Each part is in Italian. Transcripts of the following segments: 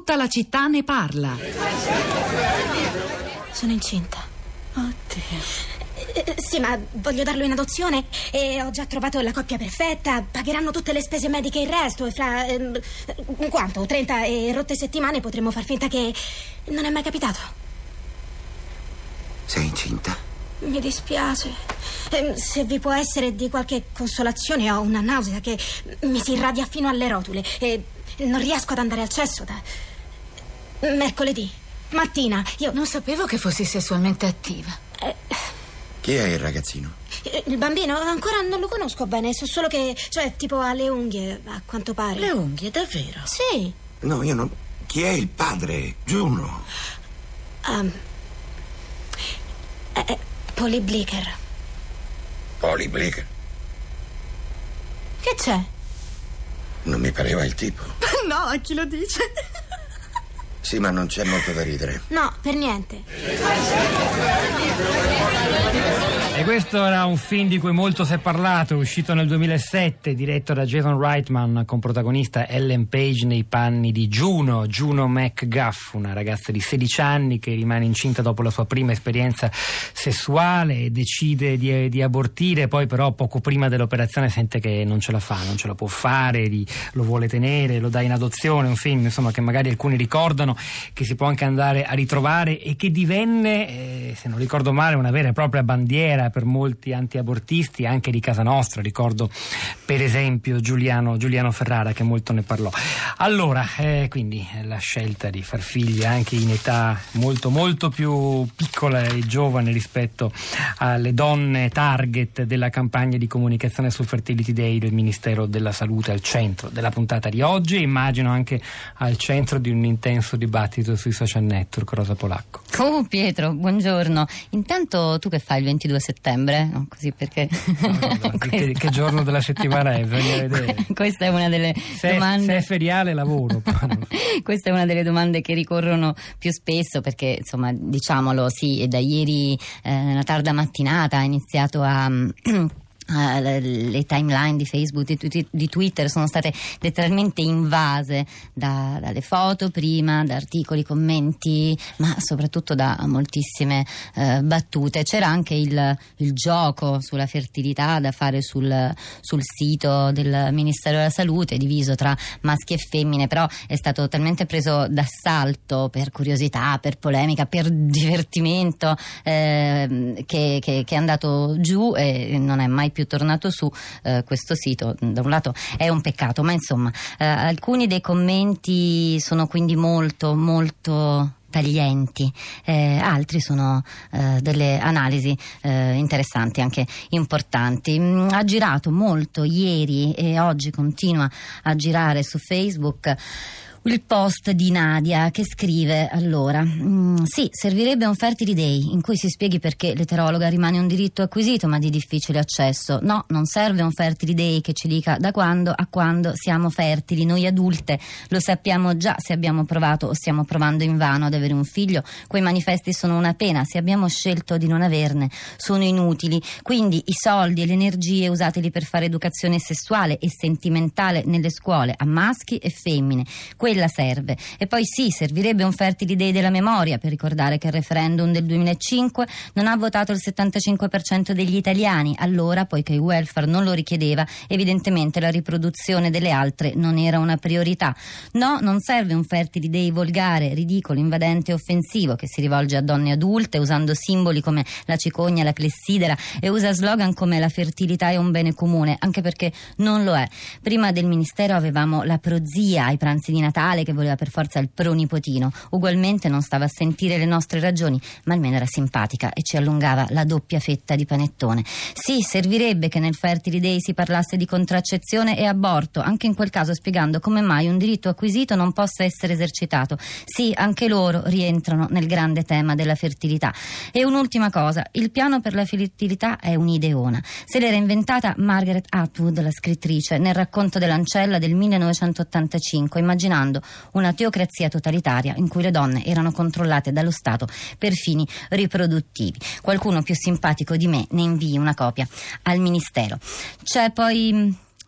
Tutta la città ne parla. Sono incinta. Oddio. Sì, ma voglio darlo in adozione e ho già trovato la coppia perfetta. Pagheranno tutte le spese mediche e il resto. E fra 30 e rotte settimane potremo far finta che non è mai capitato. Sei incinta? Mi dispiace. Se vi può essere di qualche consolazione, ho una nausea che mi si irradia fino alle rotule e non riesco ad andare al cesso da mercoledì mattina. Io Non sapevo che fossi sessualmente attiva. Chi è il ragazzino? Il bambino ancora non lo conosco bene, so solo che, cioè, tipo ha le unghie, a quanto pare. Le unghie, davvero? Sì. No, io non... Chi è il padre? Juno. Polly Blicker. Polly Blicker. Che c'è? Non mi pareva il tipo. No, a chi lo dice? Sì, ma non c'è molto da ridere. No, per niente. E questo era un film di cui molto si è parlato, uscito nel 2007, diretto da Jason Reitman, con protagonista Ellen Page nei panni di Juno McGuff, una ragazza di 16 anni che rimane incinta dopo la sua prima esperienza sessuale e decide di abortire, poi però poco prima dell'operazione sente che non ce la fa, non ce la può fare, lo vuole tenere, lo dà in adozione, un film insomma che magari alcuni ricordano, che si può anche andare a ritrovare e che divenne, se non ricordo male, una vera e propria bandiera per molti antiabortisti anche di casa nostra. Ricordo per esempio Giuliano Ferrara, che molto ne parlò. Allora, quindi la scelta di far figli anche in età molto molto più piccola e giovane rispetto alle donne target della campagna di comunicazione sul Fertility Day del Ministero della Salute al centro della puntata di oggi, e immagino anche al centro di un intenso dibattito sui social network. Rosa Polacco. Oh Pietro, buongiorno. Intanto tu che fai il 22 settembre? No, così perché... che giorno della settimana è? Venni a vedere. Questa è una delle domande... Se è feriale lavoro. Questa è una delle domande che ricorrono più spesso, perché insomma, diciamolo, sì, da ieri nella tarda mattinata ha iniziato le timeline di Facebook, di Twitter sono state letteralmente invase dalle foto prima, da articoli, commenti, ma soprattutto da moltissime battute. C'era anche il gioco sulla fertilità da fare sul sito del Ministero della Salute, diviso tra maschi e femmine, però è stato talmente preso d'assalto per curiosità, per polemica, per divertimento, che è andato giù e non è mai più tornato su questo sito. Da un lato è un peccato, ma insomma alcuni dei commenti sono quindi molto molto taglienti, altri sono delle analisi interessanti, anche importanti. Ha girato molto ieri e oggi continua a girare su Facebook il post di Nadia, che scrive: allora, sì, servirebbe un Fertility Day in cui si spieghi perché l'eterologa rimane un diritto acquisito ma di difficile accesso. No, non serve un Fertility Day che ci dica da quando a quando siamo fertili. Noi adulte lo sappiamo già, se abbiamo provato o stiamo provando invano ad avere un figlio. Quei manifesti sono una pena, se abbiamo scelto di non averne sono inutili. Quindi i soldi e le energie usateli per fare educazione sessuale e sentimentale nelle scuole a maschi e femmine, quella serve. E poi sì, servirebbe un Fertility Day della memoria per ricordare che il referendum del 2005 non ha votato il 75% degli italiani. Allora, poiché il welfare non lo richiedeva, evidentemente la riproduzione delle altre non era una priorità. No, non serve un Fertility Day volgare, ridicolo, invadente e offensivo che si rivolge a donne adulte usando simboli come la cicogna, la clessidra, e usa slogan come la fertilità è un bene comune, anche perché non lo è. Prima del ministero avevamo la prozia ai pranzi di Natale, che voleva per forza il pronipotino. Ugualmente non stava a sentire le nostre ragioni, ma almeno era simpatica e ci allungava la doppia fetta di panettone. Sì, servirebbe che nel Fertility Day si parlasse di contraccezione e aborto, anche in quel caso spiegando come mai un diritto acquisito non possa essere esercitato. Sì, anche loro rientrano nel grande tema della fertilità. E un'ultima cosa, il piano per la fertilità è un'ideona. Se l'era inventata Margaret Atwood, la scrittrice, nel racconto dell'ancella del 1985, immaginando una teocrazia totalitaria in cui le donne erano controllate dallo Stato per fini riproduttivi. Qualcuno più simpatico di me ne invii una copia al Ministero. C'è poi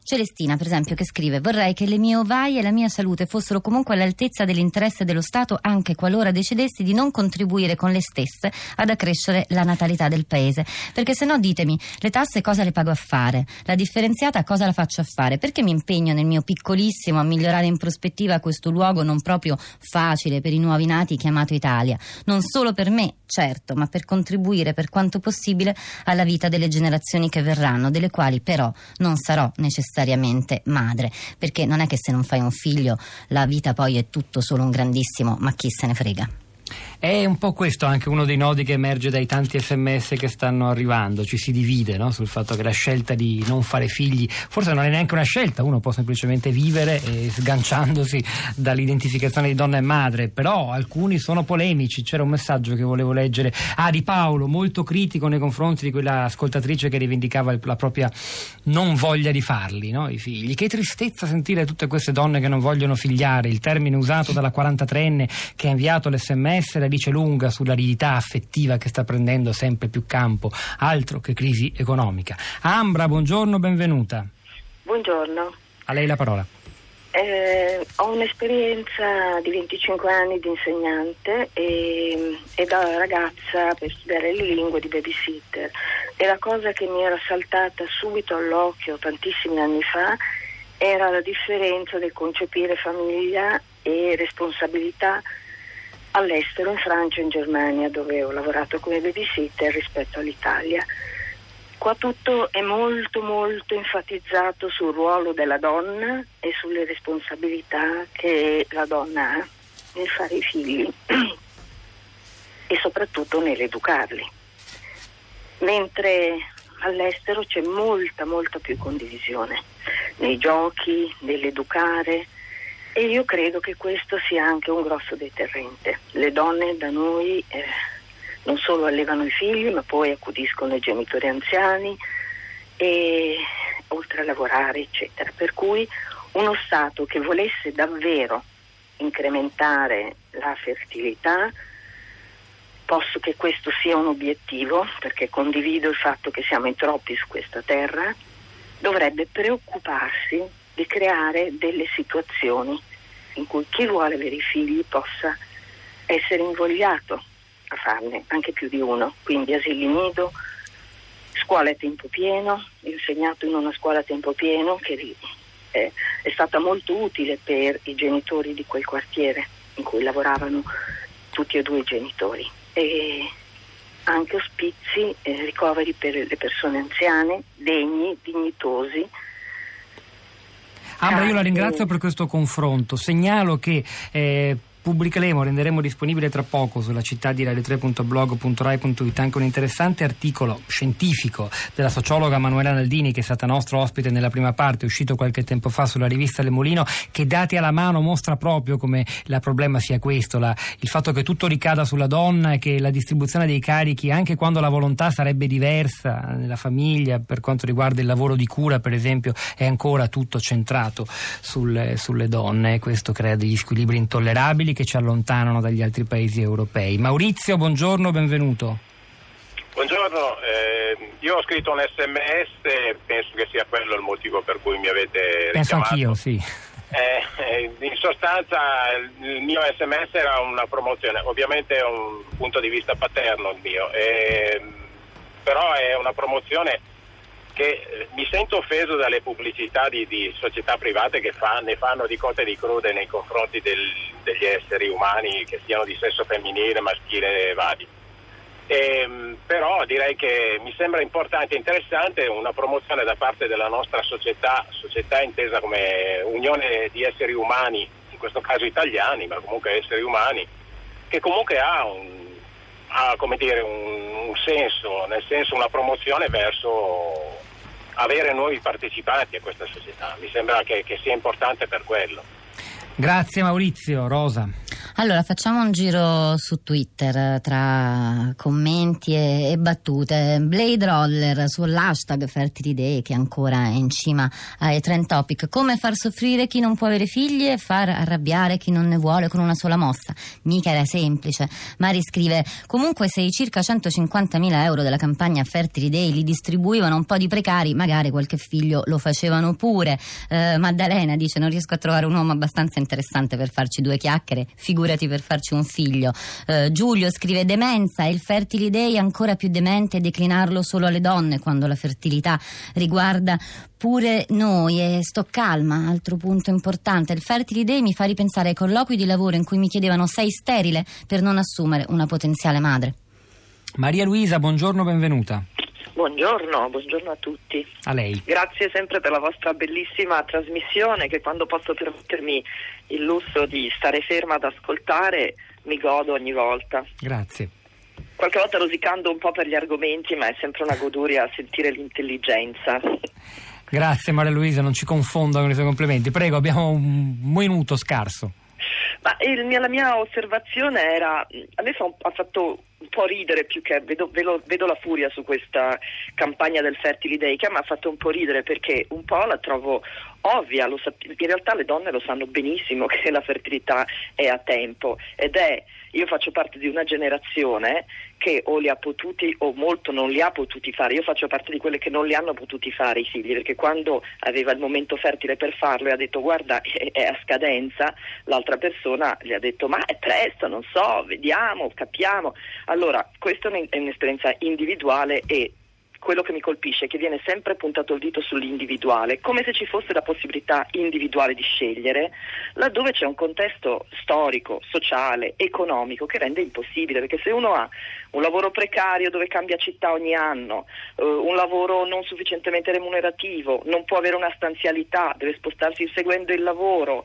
Celestina, per esempio, che scrive: vorrei che le mie ovaie e la mia salute fossero comunque all'altezza dell'interesse dello Stato, anche qualora decidessi di non contribuire con le stesse ad accrescere la natalità del paese, perché se no, ditemi, le tasse cosa le pago a fare? La differenziata cosa la faccio a fare? Perché mi impegno nel mio piccolissimo a migliorare in prospettiva questo luogo non proprio facile per i nuovi nati chiamato Italia, non solo per me, certo, ma per contribuire per quanto possibile alla vita delle generazioni che verranno, delle quali però non sarò necessariamente madre, perché non è che se non fai un figlio la vita poi è tutto solo un grandissimo ma chi se ne frega. È un po' questo anche uno dei nodi che emerge dai tanti sms che stanno arrivando. Ci si divide, no? Sul fatto che la scelta di non fare figli forse non è neanche una scelta, uno può semplicemente vivere sganciandosi dall'identificazione di donna e madre, però alcuni sono polemici. C'era un messaggio che volevo leggere di Paolo, molto critico nei confronti di quella ascoltatrice che rivendicava la propria non voglia di farli, no? I figli. Che tristezza sentire tutte queste donne che non vogliono figliare. Il termine usato dalla 43enne che ha inviato l'SMS la dice lunga sull'aridità affettiva che sta prendendo sempre più campo, altro che crisi economica. Ambra, buongiorno, benvenuta. Buongiorno. A lei la parola. Ho un'esperienza di 25 anni di insegnante e da ragazza per studiare le lingue di babysitter, e la cosa che mi era saltata subito all'occhio tantissimi anni fa era la differenza del concepire famiglia e responsabilità all'estero, in Francia e in Germania, dove ho lavorato come babysitter, rispetto all'Italia. Qua tutto è molto molto enfatizzato sul ruolo della donna e sulle responsabilità che la donna ha nel fare i figli e soprattutto nell'educarli, mentre all'estero c'è molta più condivisione nei giochi, nell'educare. E io credo che questo sia anche un grosso deterrente. Le donne da noi non solo allevano i figli, ma poi accudiscono i genitori anziani, e oltre a lavorare, eccetera. Per cui uno Stato che volesse davvero incrementare la fertilità, posso che questo sia un obiettivo, perché condivido il fatto che siamo in troppi su questa terra, dovrebbe preoccuparsi di creare delle situazioni in cui chi vuole avere i figli possa essere invogliato a farne anche più di uno, quindi asili nido, scuole a tempo pieno. Ho insegnato in una scuola a tempo pieno che è stata molto utile per i genitori di quel quartiere in cui lavoravano tutti e due i genitori, e anche ospizi, ricoveri per le persone anziane, degni, dignitosi. Ambra, io la ringrazio per questo confronto. Segnalo che renderemo disponibile tra poco sulla città di radio3.blog.rai.it anche un interessante articolo scientifico della sociologa Manuela Naldini, che è stata nostra ospite nella prima parte, uscito qualche tempo fa sulla rivista Le Molino, che dati alla mano mostra proprio come il problema sia questo, il fatto che tutto ricada sulla donna e che la distribuzione dei carichi, anche quando la volontà sarebbe diversa nella famiglia, per quanto riguarda il lavoro di cura per esempio, è ancora tutto centrato sulle donne, e questo crea degli squilibri intollerabili che ci allontanano dagli altri paesi europei. Maurizio, buongiorno, benvenuto. Buongiorno, io ho scritto un sms, penso che sia quello il motivo per cui mi avete richiamato. Penso anch'io, sì. In sostanza il mio sms era una promozione, ovviamente è un punto di vista paterno il mio, però è una promozione che mi sento offeso dalle pubblicità di società private che ne fanno di cotte e di crude nei confronti degli esseri umani, che siano di sesso femminile, maschile e vari. Però direi che mi sembra importante e interessante una promozione da parte della nostra società intesa come unione di esseri umani, in questo caso italiani, ma comunque esseri umani, che comunque ha un senso, nel senso una promozione verso avere nuovi partecipanti a questa società. Mi sembra che sia importante per quello. Grazie Maurizio. Rosa. Allora, facciamo un giro su Twitter tra commenti e battute. Blade Roller sull'hashtag Fertile Day, che ancora è in cima ai trend topic. Come far soffrire chi non può avere figli e far arrabbiare chi non ne vuole con una sola mossa. Mica era semplice. Mari scrive: comunque se i circa 150.000 euro della campagna Fertile Day li distribuivano un po' di precari, magari qualche figlio lo facevano pure. Maddalena dice: non riesco a trovare un uomo abbastanza interessante per farci due chiacchiere, figurati per farci un figlio. Giulio scrive: demenza, e il Fertile Day ancora più demente declinarlo solo alle donne quando la fertilità riguarda pure noi. E sto calma, altro punto importante, il Fertile Day mi fa ripensare ai colloqui di lavoro in cui mi chiedevano: sei sterile, per non assumere una potenziale madre. Maria Luisa, buongiorno, benvenuta. Buongiorno a tutti. A lei. Grazie sempre per la vostra bellissima trasmissione, che quando posso permettermi il lusso di stare ferma ad ascoltare mi godo ogni volta. Grazie. Qualche volta rosicando un po' per gli argomenti, ma è sempre una goduria sentire l'intelligenza. Grazie Maria Luisa, non ci confonda con i suoi complimenti. Prego, abbiamo un minuto scarso. Ma la mia osservazione era, a me ha fatto un po' ridere, più che vedo la furia su questa campagna del Fertile Day, che mi ha fatto un po' ridere perché un po' la trovo ovvia, in realtà le donne lo sanno benissimo che la fertilità è a tempo, io faccio parte di una generazione che o li ha potuti o molto non li ha potuti fare. Io faccio parte di quelle che non li hanno potuti fare i figli, perché quando aveva il momento fertile per farlo e ha detto guarda è a scadenza, l'altra persona gli ha detto ma è presto, non so, vediamo, capiamo. Allora questa è un'esperienza individuale, e quello che mi colpisce è che viene sempre puntato il dito sull'individuale, come se ci fosse la possibilità individuale di scegliere, laddove c'è un contesto storico, sociale, economico che rende impossibile, perché se uno ha un lavoro precario dove cambia città ogni anno, un lavoro non sufficientemente remunerativo, non può avere una stanzialità, deve spostarsi seguendo il lavoro,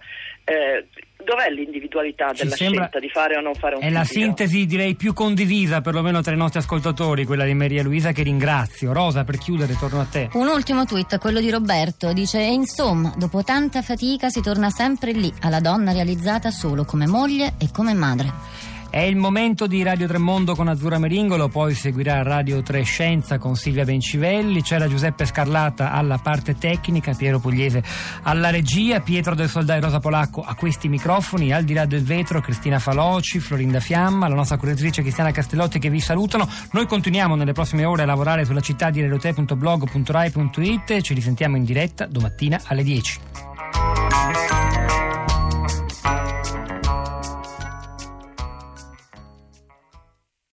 dov'è l'individualità della scelta di fare o non fare un figlio? È la sintesi, direi, più condivisa perlomeno tra i nostri ascoltatori, quella di Maria Luisa, che ringrazio. Rosa, per chiudere torno a te. Un ultimo tweet, quello di Roberto, dice: insomma, dopo tanta fatica si torna sempre lì, alla donna realizzata solo come moglie e come madre. È il momento di Radio Tremondo con Azzurra Meringolo, poi seguirà Radio 3 Scienza con Silvia Bencivelli, c'era Giuseppe Scarlata alla parte tecnica, Piero Pugliese alla regia, Pietro del Soldà e Rosa Polacco a questi microfoni, al di là del vetro Cristina Faloci, Florinda Fiamma, la nostra curatrice Cristiana Castellotti, che vi salutano. Noi continuiamo nelle prossime ore a lavorare sulla città di radio3.blog.rai.it, ci risentiamo in diretta domattina alle 10.